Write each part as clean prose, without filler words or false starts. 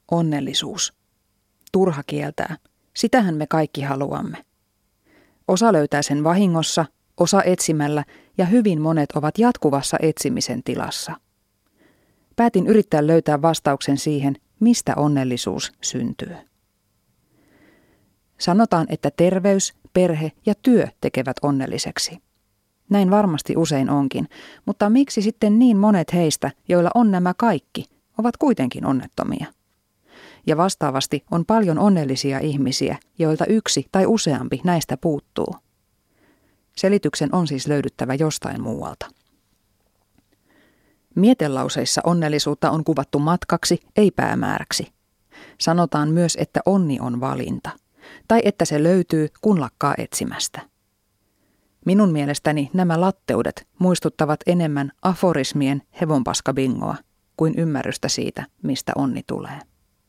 Onnellisuus. Turha kieltää. Sitähän me kaikki haluamme. Osa löytää sen vahingossa, osa etsimällä ja hyvin monet ovat jatkuvassa etsimisen tilassa. Päätin yrittää löytää vastauksen siihen, mistä onnellisuus syntyy. Sanotaan, että terveys, perhe ja työ tekevät onnelliseksi. Näin varmasti usein onkin, mutta miksi sitten niin monet heistä, joilla on nämä kaikki, ovat kuitenkin onnettomia? Ja vastaavasti on paljon onnellisia ihmisiä, joilta yksi tai useampi näistä puuttuu. Selityksen on siis löydyttävä jostain muualta. Mietelauseissa onnellisuutta on kuvattu matkaksi, ei päämääräksi. Sanotaan myös, että onni on valinta, tai että se löytyy, kun lakkaa etsimästä. Minun mielestäni nämä latteudet muistuttavat enemmän aforismien hevonpaskabingoa kuin ymmärrystä siitä, mistä onni tulee.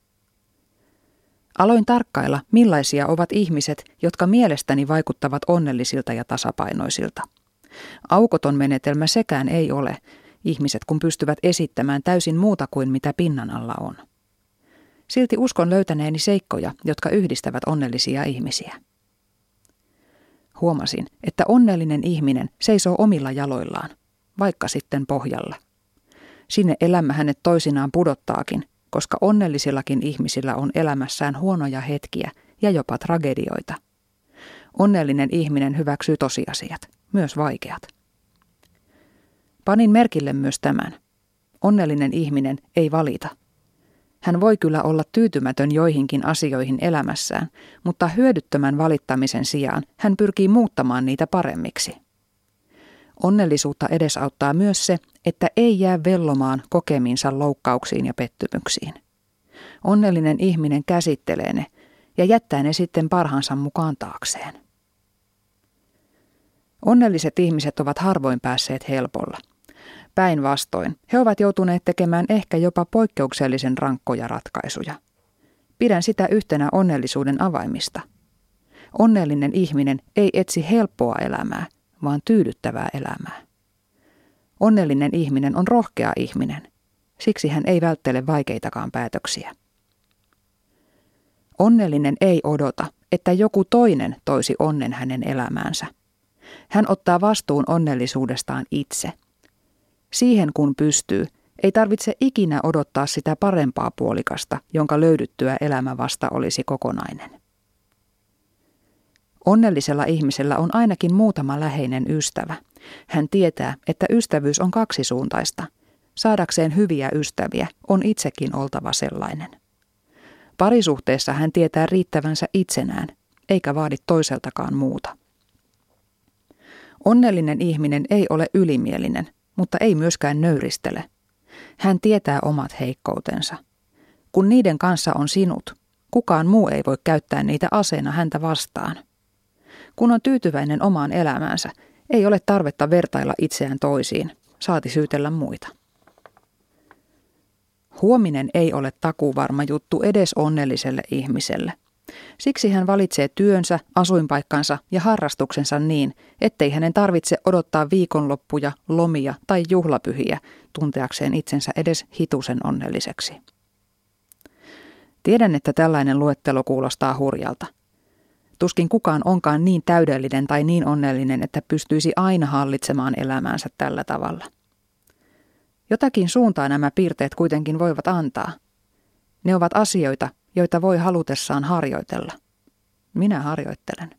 Aloin tarkkailla, millaisia ovat ihmiset, jotka mielestäni vaikuttavat onnellisilta ja tasapainoisilta. Aukoton menetelmä sekään ei ole, ihmiset kun pystyvät esittämään täysin muuta kuin mitä pinnan alla on. Silti uskon löytäneeni seikkoja, jotka yhdistävät onnellisia ihmisiä. Huomasin, että onnellinen ihminen seisoo omilla jaloillaan, vaikka sitten pohjalla. Sinne elämä hänet toisinaan pudottaakin, koska onnellisillakin ihmisillä on elämässään huonoja hetkiä ja jopa tragedioita. Onnellinen ihminen hyväksyy tosiasiat, myös vaikeat. Panin merkille myös tämän. Onnellinen ihminen ei valita. Hän voi kyllä olla tyytymätön joihinkin asioihin elämässään, mutta hyödyttömän valittamisen sijaan hän pyrkii muuttamaan niitä paremmiksi. Onnellisuutta edesauttaa myös se, että ei jää vellomaan kokemiinsa loukkauksiin ja pettymyksiin. Onnellinen ihminen käsittelee ne ja jättää ne sitten parhaansa mukaan taakseen. Onnelliset ihmiset ovat harvoin päässeet helpolla. Päinvastoin, he ovat joutuneet tekemään ehkä jopa poikkeuksellisen rankkoja ratkaisuja. Pidän sitä yhtenä onnellisuuden avaimista. Onnellinen ihminen ei etsi helppoa elämää, vaan tyydyttävää elämää. Onnellinen ihminen on rohkea ihminen, siksi hän ei välttele vaikeitakaan päätöksiä. Onnellinen ei odota, että joku toinen toisi onnen hänen elämäänsä. Hän ottaa vastuun onnellisuudestaan itse. Siihen kun pystyy, ei tarvitse ikinä odottaa sitä parempaa puolikasta, jonka löydyttyä elämä vasta olisi kokonainen. Onnellisella ihmisellä on ainakin muutama läheinen ystävä. Hän tietää, että ystävyys on kaksisuuntaista. Saadakseen hyviä ystäviä on itsekin oltava sellainen. Parisuhteessa hän tietää riittävänsä itsenään, eikä vaadi toiseltakaan muuta. Onnellinen ihminen ei ole ylimielinen, mutta ei myöskään nöyristele. Hän tietää omat heikkoutensa. Kun niiden kanssa on sinut, kukaan muu ei voi käyttää niitä aseena häntä vastaan. Kun on tyytyväinen omaan elämäänsä, ei ole tarvetta vertailla itseään toisiin, saati syytellä muita. Huominen ei ole takuuvarma juttu edes onnelliselle ihmiselle. Siksi hän valitsee työnsä, asuinpaikkansa ja harrastuksensa niin, ettei hänen tarvitse odottaa viikonloppuja, lomia tai juhlapyhiä tunteakseen itsensä edes hitusen onnelliseksi. Tiedän, että tällainen luettelo kuulostaa hurjalta. Tuskin kukaan onkaan niin täydellinen tai niin onnellinen, että pystyisi aina hallitsemaan elämäänsä tällä tavalla. Jotakin suuntaa nämä piirteet kuitenkin voivat antaa. Ne ovat asioita, joita voi halutessaan harjoitella. Minä harjoittelen.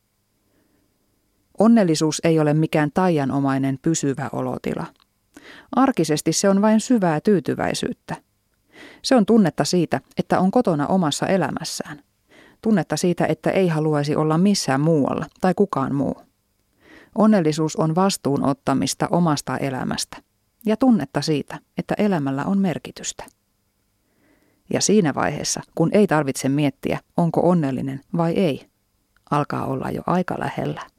Onnellisuus ei ole mikään taianomainen pysyvä olotila. Arkisesti se on vain syvää tyytyväisyyttä. Se on tunnetta siitä, että on kotona omassa elämässään. Tunnetta siitä, että ei haluaisi olla missään muualla tai kukaan muu. Onnellisuus on vastuun ottamista omasta elämästä ja tunnetta siitä, että elämällä on merkitystä. Ja siinä vaiheessa, kun ei tarvitse miettiä, onko onnellinen vai ei, alkaa olla jo aika lähellä.